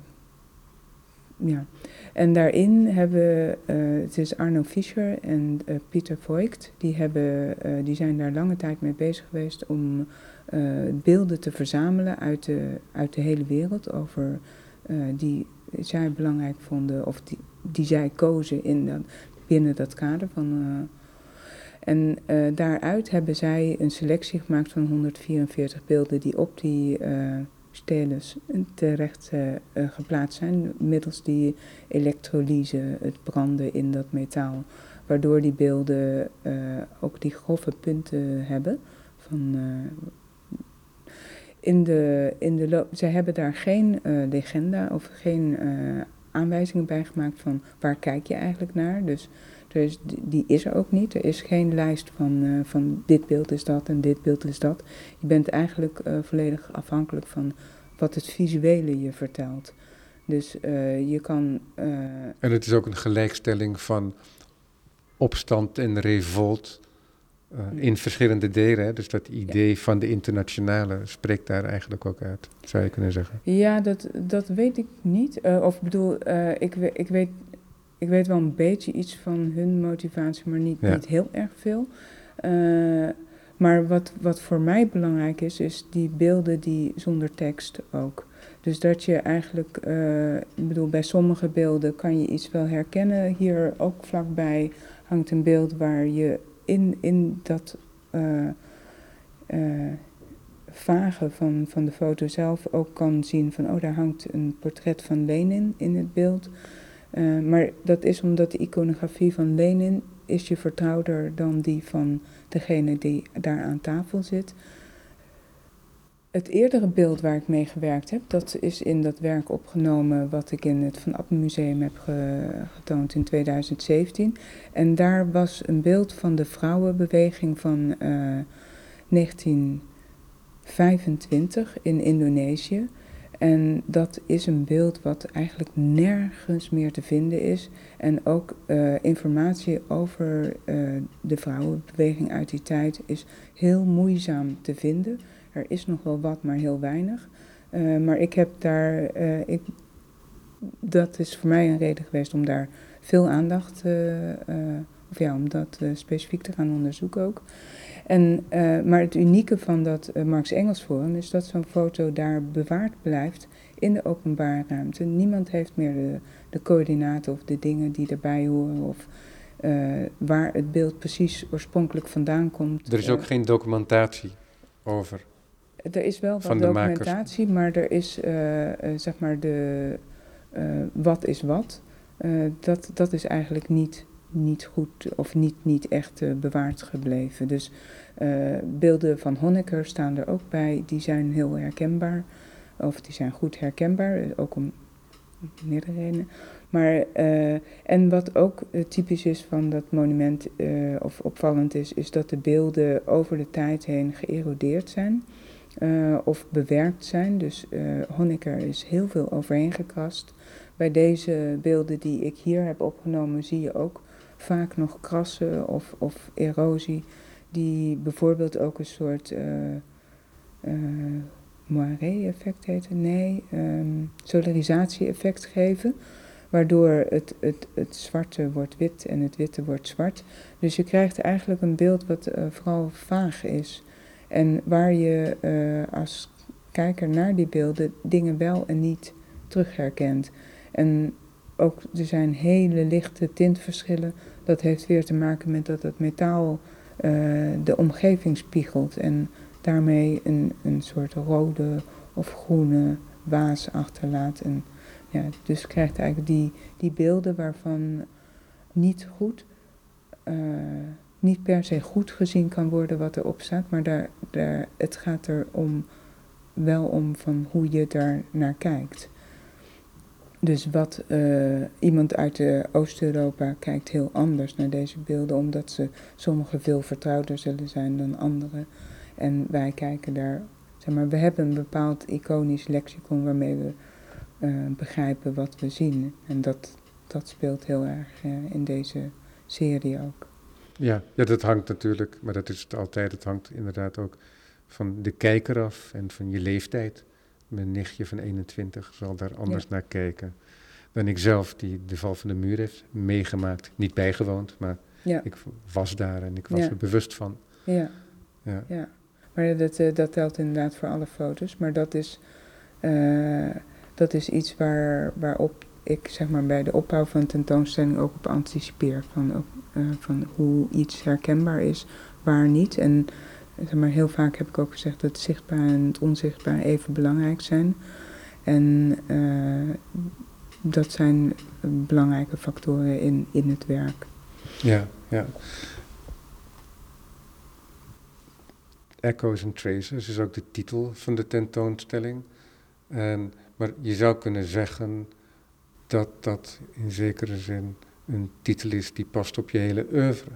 ja. En daarin hebben, uh, het is Arno Fischer en uh, Pieter Voigt, die, hebben, uh, die zijn daar lange tijd mee bezig geweest om uh, beelden te verzamelen uit de, uit de hele wereld over uh, die zij belangrijk vonden of die, die zij kozen in dat, binnen dat kader van... Uh, en uh, daaruit hebben zij een selectie gemaakt van honderdvierenveertig beelden die op die uh, steles terecht uh, uh, geplaatst zijn, middels die elektrolyse, het branden in dat metaal, waardoor die beelden uh, ook die grove punten hebben. Van, uh, in de, in de loop, zij hebben daar geen uh, legenda of geen uh, aanwijzingen bij gemaakt van waar kijk je eigenlijk naar. Dus er is, die is er ook niet. Er is geen lijst van, uh, van dit beeld is dat en dit beeld is dat. Je bent eigenlijk uh, volledig afhankelijk van wat het visuele je vertelt. Dus uh, je kan... Uh, en het is ook een gelijkstelling van opstand en revolt uh, ja. in verschillende delen. Hè? Dus dat idee ja. van de internationale spreekt daar eigenlijk ook uit, zou je kunnen zeggen. Ja, dat, dat weet ik niet. Uh, of bedoel, uh, ik, ik weet... Ik weet wel een beetje iets van hun motivatie, maar niet, ja. niet heel erg veel. Uh, maar wat, wat voor mij belangrijk is, is die beelden die zonder tekst ook. Dus dat je eigenlijk, uh, ik bedoel, bij sommige beelden kan je iets wel herkennen. Hier ook vlakbij hangt een beeld waar je in, in dat uh, uh, vage van, van de foto zelf ook kan zien van, oh, daar hangt een portret van Lenin in het beeld. Uh, maar dat is omdat de iconografie van Lenin is je vertrouwder dan die van degene die daar aan tafel zit. Het eerdere beeld waar ik mee gewerkt heb, dat is in dat werk opgenomen wat ik in het Van Appen Museum heb ge, getoond in tweeduizend zeventien. En daar was een beeld van de vrouwenbeweging van uh, negentien vijfentwintig in Indonesië. En dat is een beeld wat eigenlijk nergens meer te vinden is. En ook uh, informatie over uh, de vrouwenbeweging uit die tijd is heel moeizaam te vinden. Er is nog wel wat, maar heel weinig. Uh, maar ik heb daar, uh, ik, dat is voor mij een reden geweest om daar veel aandacht, uh, uh, of ja, om dat uh, specifiek te gaan onderzoeken ook. En, uh, maar het unieke van dat uh, Marx Engels Forum is dat zo'n foto daar bewaard blijft in de openbare ruimte. Niemand heeft meer de, de coördinaten of de dingen die erbij horen of uh, waar het beeld precies oorspronkelijk vandaan komt. Er is ook uh, geen documentatie over. Er is wel wat documentatie, makers. Maar er is uh, uh, zeg maar de uh, wat is wat. Uh, dat, dat is eigenlijk niet, niet goed of niet, niet echt uh, bewaard gebleven. Dus uh, beelden van Honecker staan er ook bij. Die zijn heel herkenbaar. Of die zijn goed herkenbaar, ook om meerdere redenen. Maar, uh, en wat ook uh, typisch is van dat monument, uh, of opvallend is, is dat de beelden over de tijd heen geërodeerd zijn. Uh, of bewerkt zijn. Dus uh, Honecker is heel veel overheen gekrast. Bij deze beelden die ik hier heb opgenomen zie je ook vaak nog krassen of, of erosie. Die bijvoorbeeld ook een soort uh, uh, moiré-effect heten. Nee, um, solarisatie-effect geven. Waardoor het, het, het zwarte wordt wit en het witte wordt zwart. Dus je krijgt eigenlijk een beeld wat uh, vooral vaag is. En waar je uh, als kijker naar die beelden dingen wel en niet terug herkent. En ook er zijn hele lichte tintverschillen. Dat heeft weer te maken met dat het metaal uh, de omgeving spiegelt. En daarmee een, een soort rode of groene waas achterlaat. En ja, dus krijgt eigenlijk die, die beelden waarvan niet goed... Uh, niet per se goed gezien kan worden wat erop staat, maar daar, daar, het gaat er om, wel om van hoe je daar naar kijkt. Dus wat uh, iemand uit uh, Oost-Europa kijkt heel anders naar deze beelden, omdat ze sommige veel vertrouwder zullen zijn dan anderen. En wij kijken daar, zeg maar, we hebben een bepaald iconisch lexicon waarmee we uh, begrijpen wat we zien. En dat, dat speelt heel erg uh, in deze serie ook. Ja, ja, dat hangt natuurlijk, maar dat is het altijd, het hangt inderdaad ook van de kijker af en van je leeftijd. Mijn nichtje van eenentwintig zal daar anders ja. naar kijken dan ik zelf, die de val van de muur heeft meegemaakt. Niet bijgewoond, maar ja. ik was daar en ik was ja. er bewust van. Ja, ja. ja. Maar dat, uh, dat telt inderdaad voor alle foto's, maar dat is, uh, dat is iets waar, waarop ik zeg maar bij de opbouw van de tentoonstelling ook op anticipeer. Van, uh, van hoe iets herkenbaar is, waar niet. En zeg maar, heel vaak heb ik ook gezegd dat het zichtbaar en het onzichtbaar even belangrijk zijn. En uh, dat zijn belangrijke factoren in, in het werk. Ja, ja. Echoes and Traces is ook de titel van de tentoonstelling. En, maar je zou kunnen zeggen dat dat in zekere zin een titel is die past op je hele oeuvre.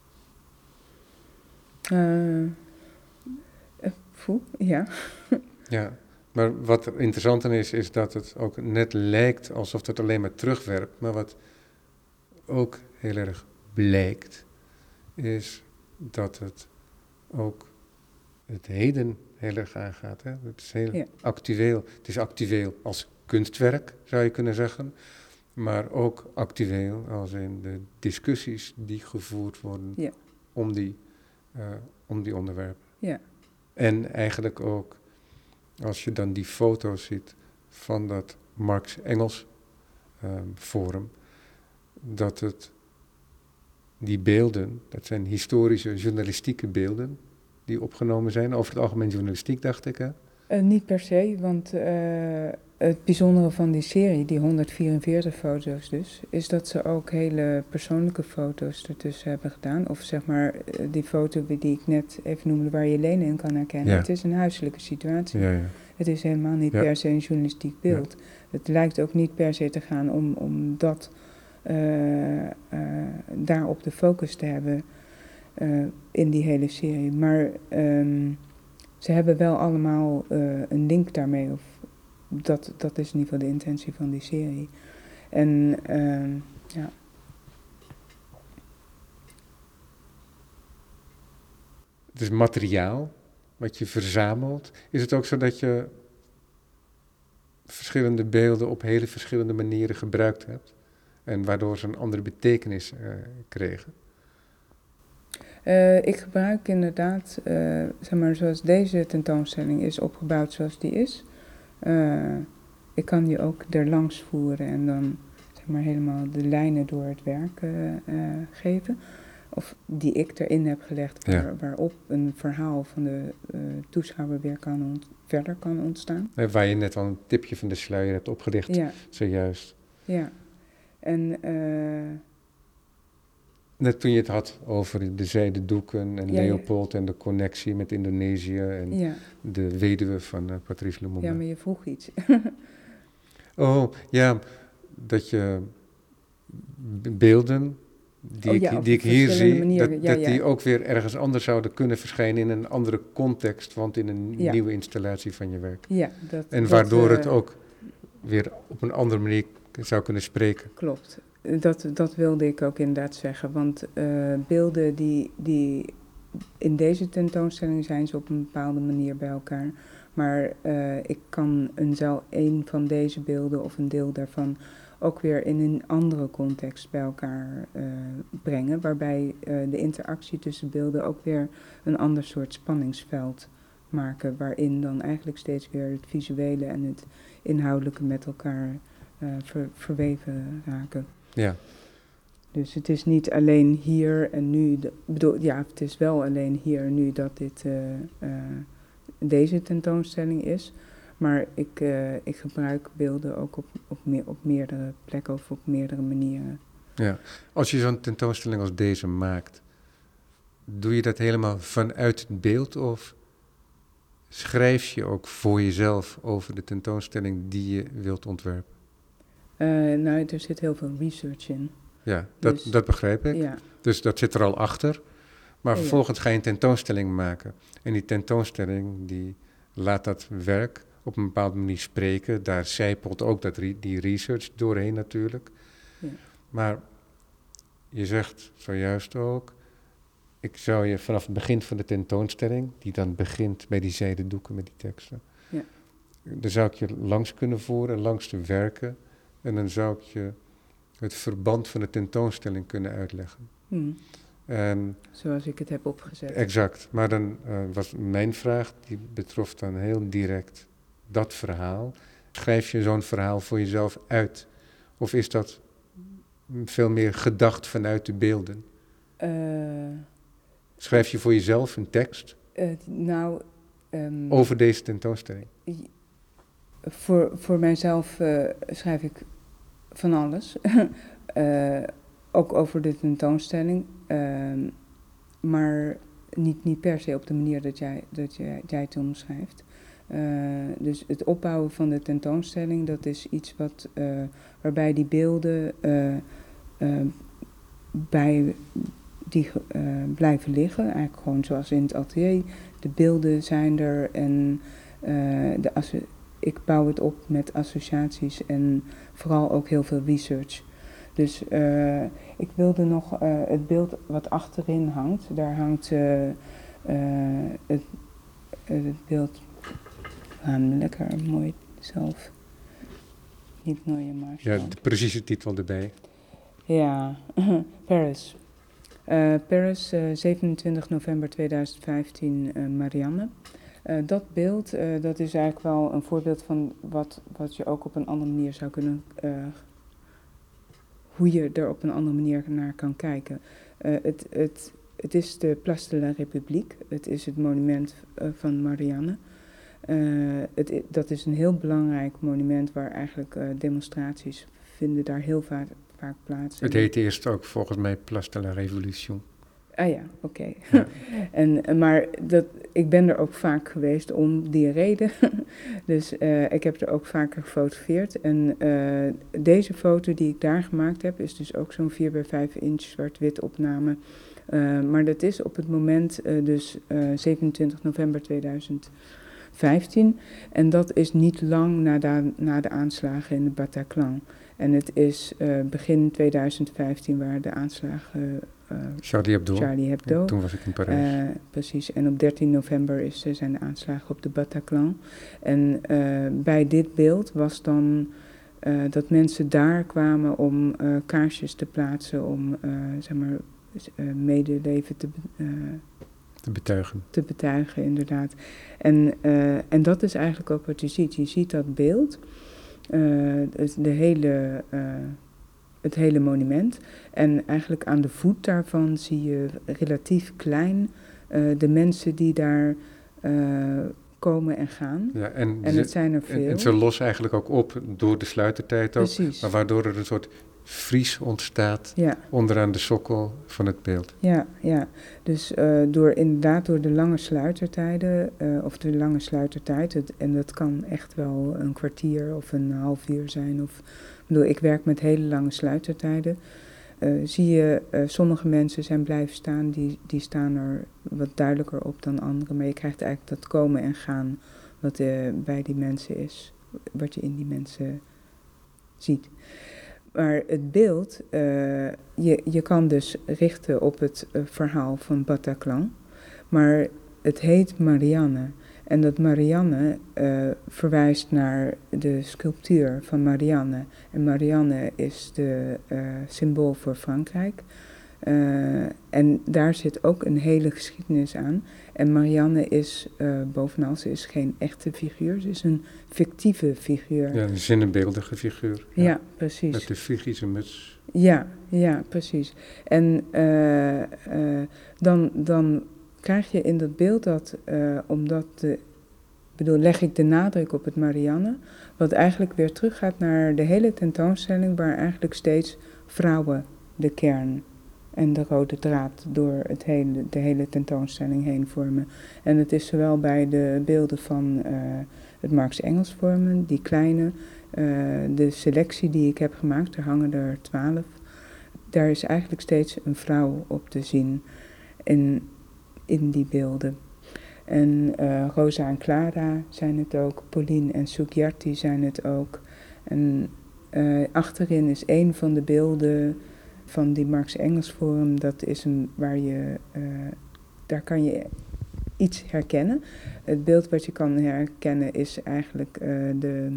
Uh, voel, ja. Ja, maar wat er interessant aan is, is dat het ook net lijkt alsof het alleen maar terugwerpt. Maar wat ook heel erg blijkt, is dat het ook het heden heel erg aangaat. Hè? Het is heel ja. actueel. Het is actueel als kunstwerk, zou je kunnen zeggen. Maar ook actueel als in de discussies die gevoerd worden ja. om, die, uh, om die onderwerpen. Ja. En eigenlijk ook, als je dan die foto's ziet van dat Marx Engels um, Forum, dat het, die beelden, dat zijn historische, journalistieke beelden, die opgenomen zijn? Over het algemeen journalistiek, dacht ik, hè? Uh, niet per se, want uh, het bijzondere van die serie, die honderdvierenveertig foto's dus, is dat ze ook hele persoonlijke foto's ertussen hebben gedaan. Of zeg maar, uh, die foto die ik net even noemde, waar je Lene in kan herkennen. Ja. Het is een huiselijke situatie. Ja, ja. Het is helemaal niet ja. per se een journalistiek beeld. Ja. Het lijkt ook niet per se te gaan om, om dat, uh, uh, daarop de focus te hebben uh, in die hele serie. Maar um, ze hebben wel allemaal uh, een link daarmee. Of dat, dat is in ieder geval de intentie van die serie. En uh, ja. Het is materiaal wat je verzamelt. Is het ook zo dat je verschillende beelden op hele verschillende manieren gebruikt hebt? En waardoor ze een andere betekenis uh, kregen? Uh, ik gebruik inderdaad, uh, zeg maar, zoals deze tentoonstelling is opgebouwd zoals die is. Uh, ik kan die ook erlangs voeren en dan zeg maar helemaal de lijnen door het werk uh, uh, geven. Of die ik erin heb gelegd, waar, ja. waarop een verhaal van de uh, toeschouwer weer kan ont- verder kan ontstaan. Waar je net al een tipje van de sluier hebt opgelicht, ja. zojuist. Ja, en... Uh, Net toen je het had over de zijden doeken en ja, Leopold ja. en de connectie met Indonesië en ja. de weduwe van uh, Patrice Lumumba. Ja, maar je vroeg iets. oh, ja, dat je beelden die oh, ik, ja, die ik hier zie, dat, ja, dat ja. die ook weer ergens anders zouden kunnen verschijnen in een andere context, want in een ja. nieuwe installatie van je werk. Ja, dat, en dat, waardoor uh, het ook weer op een andere manier zou kunnen spreken. Klopt. Dat, dat wilde ik ook inderdaad zeggen, want uh, beelden die, die in deze tentoonstelling zijn ze op een bepaalde manier bij elkaar. Maar uh, ik kan een, zal een van deze beelden of een deel daarvan ook weer in een andere context bij elkaar uh, brengen. Waarbij uh, de interactie tussen beelden ook weer een ander soort spanningsveld maken. Waarin dan eigenlijk steeds weer het visuele en het inhoudelijke met elkaar uh, ver, verweven raken. Ja. Dus het is niet alleen hier en nu, de, bedoel, ja, het is wel alleen hier en nu dat dit uh, uh, deze tentoonstelling is. Maar ik, uh, ik gebruik beelden ook op, op, me, op meerdere plekken of op meerdere manieren. Ja, als je zo'n tentoonstelling als deze maakt, doe je dat helemaal vanuit het beeld of schrijf je ook voor jezelf over de tentoonstelling die je wilt ontwerpen? Uh, nou, er zit heel veel research in. Ja, dat, dus, dat begrijp ik. Ja. Dus dat zit er al achter. Maar ja, vervolgens ga je een tentoonstelling maken. En die tentoonstelling die laat dat werk op een bepaalde manier spreken. Daar zijpelt ook dat re- die research doorheen natuurlijk. Ja. Maar je zegt zojuist ook, ik zou je vanaf het begin van de tentoonstelling, die dan begint bij die zijden doeken met die teksten, ja. dan zou ik je langs kunnen voeren, langs te werken. En dan zou ik je het verband van de tentoonstelling kunnen uitleggen. Hmm. En, Zoals ik het heb opgezet. Exact. Maar dan uh, was mijn vraag, die betrof dan heel direct dat verhaal. Schrijf je zo'n verhaal voor jezelf uit? Of is dat veel meer gedacht vanuit de beelden? Uh, Schrijf je voor jezelf een tekst? Uh, nou... Um, over deze tentoonstelling? Voor, voor mijzelf uh, schrijf ik van alles. uh, ook over de tentoonstelling. Uh, maar niet, niet per se op de manier dat jij, dat jij, jij het omschrijft. Uh, dus het opbouwen van de tentoonstelling, dat is iets wat, uh, waarbij die beelden uh, uh, bij die uh, blijven liggen. Eigenlijk gewoon zoals in het atelier. De beelden zijn er en uh, de asso- ik bouw het op met associaties en vooral ook heel veel research. Dus uh, ik wilde nog uh, het beeld wat achterin hangt. Daar hangt uh, uh, het, uh, het beeld uh, lekker mooi zelf. Niet Nooie Marshall. Ja, de precieze titel erbij. Ja, Paris. Uh, Paris, uh, zevenentwintig november tweeduizend vijftien, uh, Marianne. Uh, dat beeld, uh, dat is eigenlijk wel een voorbeeld van wat, wat je ook op een andere manier zou kunnen... Uh, hoe je er op een andere manier naar kan kijken. Uh, het, het, het is de Place de la République. Het is het monument uh, van Marianne. Uh, het, dat is een heel belangrijk monument waar eigenlijk uh, demonstraties vinden daar heel vaak, vaak plaats. Het heet eerst ook volgens mij Place de la Révolution. Ah ja, oké. Okay. Ja. en, maar dat, ik ben er ook vaak geweest om die reden. dus uh, ik heb er ook vaker gefotografeerd. En uh, deze foto die ik daar gemaakt heb is dus ook zo'n vier bij vijf inch zwart-wit opname. Uh, maar dat is op het moment uh, dus uh, zevenentwintig november tweeduizend vijftien. En dat is niet lang na de, na de aanslagen in de Bataclan. En het is uh, begin tweeduizend vijftien waar de aanslagen... Uh, Charlie Hebdo. Charlie Hebdo. Ja, toen was ik in Parijs. Uh, precies. En op dertien november is, uh, zijn de aanslagen op de Bataclan. En uh, bij dit beeld was dan uh, dat mensen daar kwamen om uh, kaarsjes te plaatsen, om uh, zeg maar, uh, medeleven te, uh, te betuigen. Te betuigen, inderdaad. En, uh, en dat is eigenlijk ook wat je ziet. Je ziet dat beeld, uh, dus de hele... Uh, het hele monument. En eigenlijk aan de voet daarvan zie je relatief klein uh, de mensen die daar uh, komen en gaan. Ja, en en ze, het zijn er veel. En, en ze lossen eigenlijk ook op door de sluitertijd ook. Precies. Maar waardoor er een soort vries ontstaat ja. onderaan de sokkel van het beeld. Ja, ja. Dus uh, door, inderdaad door de lange sluitertijden, uh, of de lange sluitertijd, het, en dat kan echt wel een kwartier of een half uur zijn. Of, ik bedoel, ik werk met hele lange sluitertijden. Uh, zie je, uh, sommige mensen zijn blijven staan, die, die staan er wat duidelijker op dan anderen. Maar je krijgt eigenlijk dat komen en gaan wat uh, bij die mensen is, wat je in die mensen ziet. Maar het beeld, uh, je, je kan dus richten op het uh, verhaal van Bataclan, maar het heet Marianne. En dat Marianne uh, verwijst naar de sculptuur van Marianne. En Marianne is de uh, symbool voor Frankrijk. Uh, en daar zit ook een hele geschiedenis aan. En Marianne is, uh, bovenal, ze is geen echte figuur, ze is een fictieve figuur. Ja, een zinnebeeldige figuur. Ja, ja, precies. Met de Frigische muts. Ja, ja, precies. En uh, uh, dan, dan krijg je in dat beeld dat, uh, omdat, de, bedoel, leg ik de nadruk op het Marianne, wat eigenlijk weer teruggaat naar de hele tentoonstelling, waar eigenlijk steeds vrouwen de kern en de rode draad door het hele, de hele tentoonstelling heen vormen. En het is zowel bij de beelden van uh, het Marx Engels vormen, die kleine, uh, de selectie die ik heb gemaakt, er hangen er twaalf. Daar is eigenlijk steeds een vrouw op te zien in, in die beelden. En uh, Rosa en Clara zijn het ook, Pauline en Sugyarti zijn het ook. En uh, achterin is een van de beelden van die Marx Engels Forum, dat is een waar je, uh, daar kan je iets herkennen. Het beeld wat je kan herkennen is eigenlijk uh, de,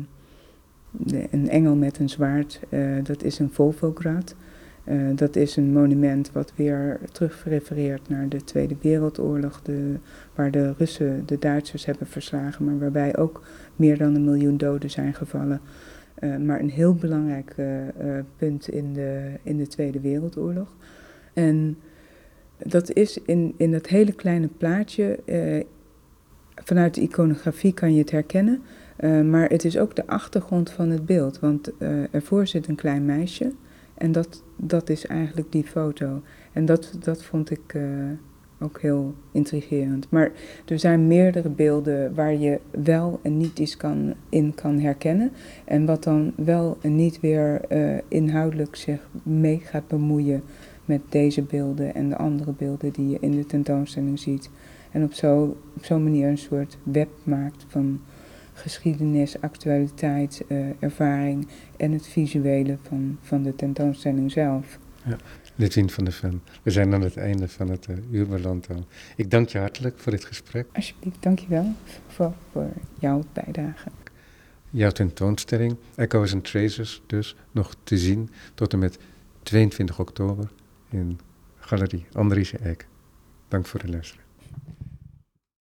de, een engel met een zwaard, uh, dat is een Volvograd. Uh, dat is een monument wat weer terugrefereert naar de Tweede Wereldoorlog, de, waar de Russen de Duitsers hebben verslagen, maar waarbij ook meer dan een miljoen doden zijn gevallen. Uh, maar een heel belangrijk uh, uh, punt in de, in de Tweede Wereldoorlog. En dat is in, in dat hele kleine plaatje, uh, vanuit de iconografie kan je het herkennen, uh, maar het is ook de achtergrond van het beeld, want uh, ervoor zit een klein meisje en dat, dat is eigenlijk die foto. En dat, dat vond ik uh, ook heel intrigerend. Maar er zijn meerdere beelden waar je wel en niet iets kan, in kan herkennen. En wat dan wel en niet weer uh, inhoudelijk zich mee gaat bemoeien met deze beelden en de andere beelden die je in de tentoonstelling ziet. En op zo, op zo'n manier een soort web maakt van geschiedenis, actualiteit, uh, ervaring en het visuele van, van de tentoonstelling zelf. Ja. Lidwien van der Ven, we zijn aan het einde van het uh, uur beland al. Ik dank je hartelijk voor dit gesprek. Alsjeblieft, dank je wel voor, voor jouw bijdrage. Jouw tentoonstelling, Echoes and Traces, dus nog te zien tot en met tweeëntwintig oktober in Galerie Andriessen Eck. Dank voor het luisteren.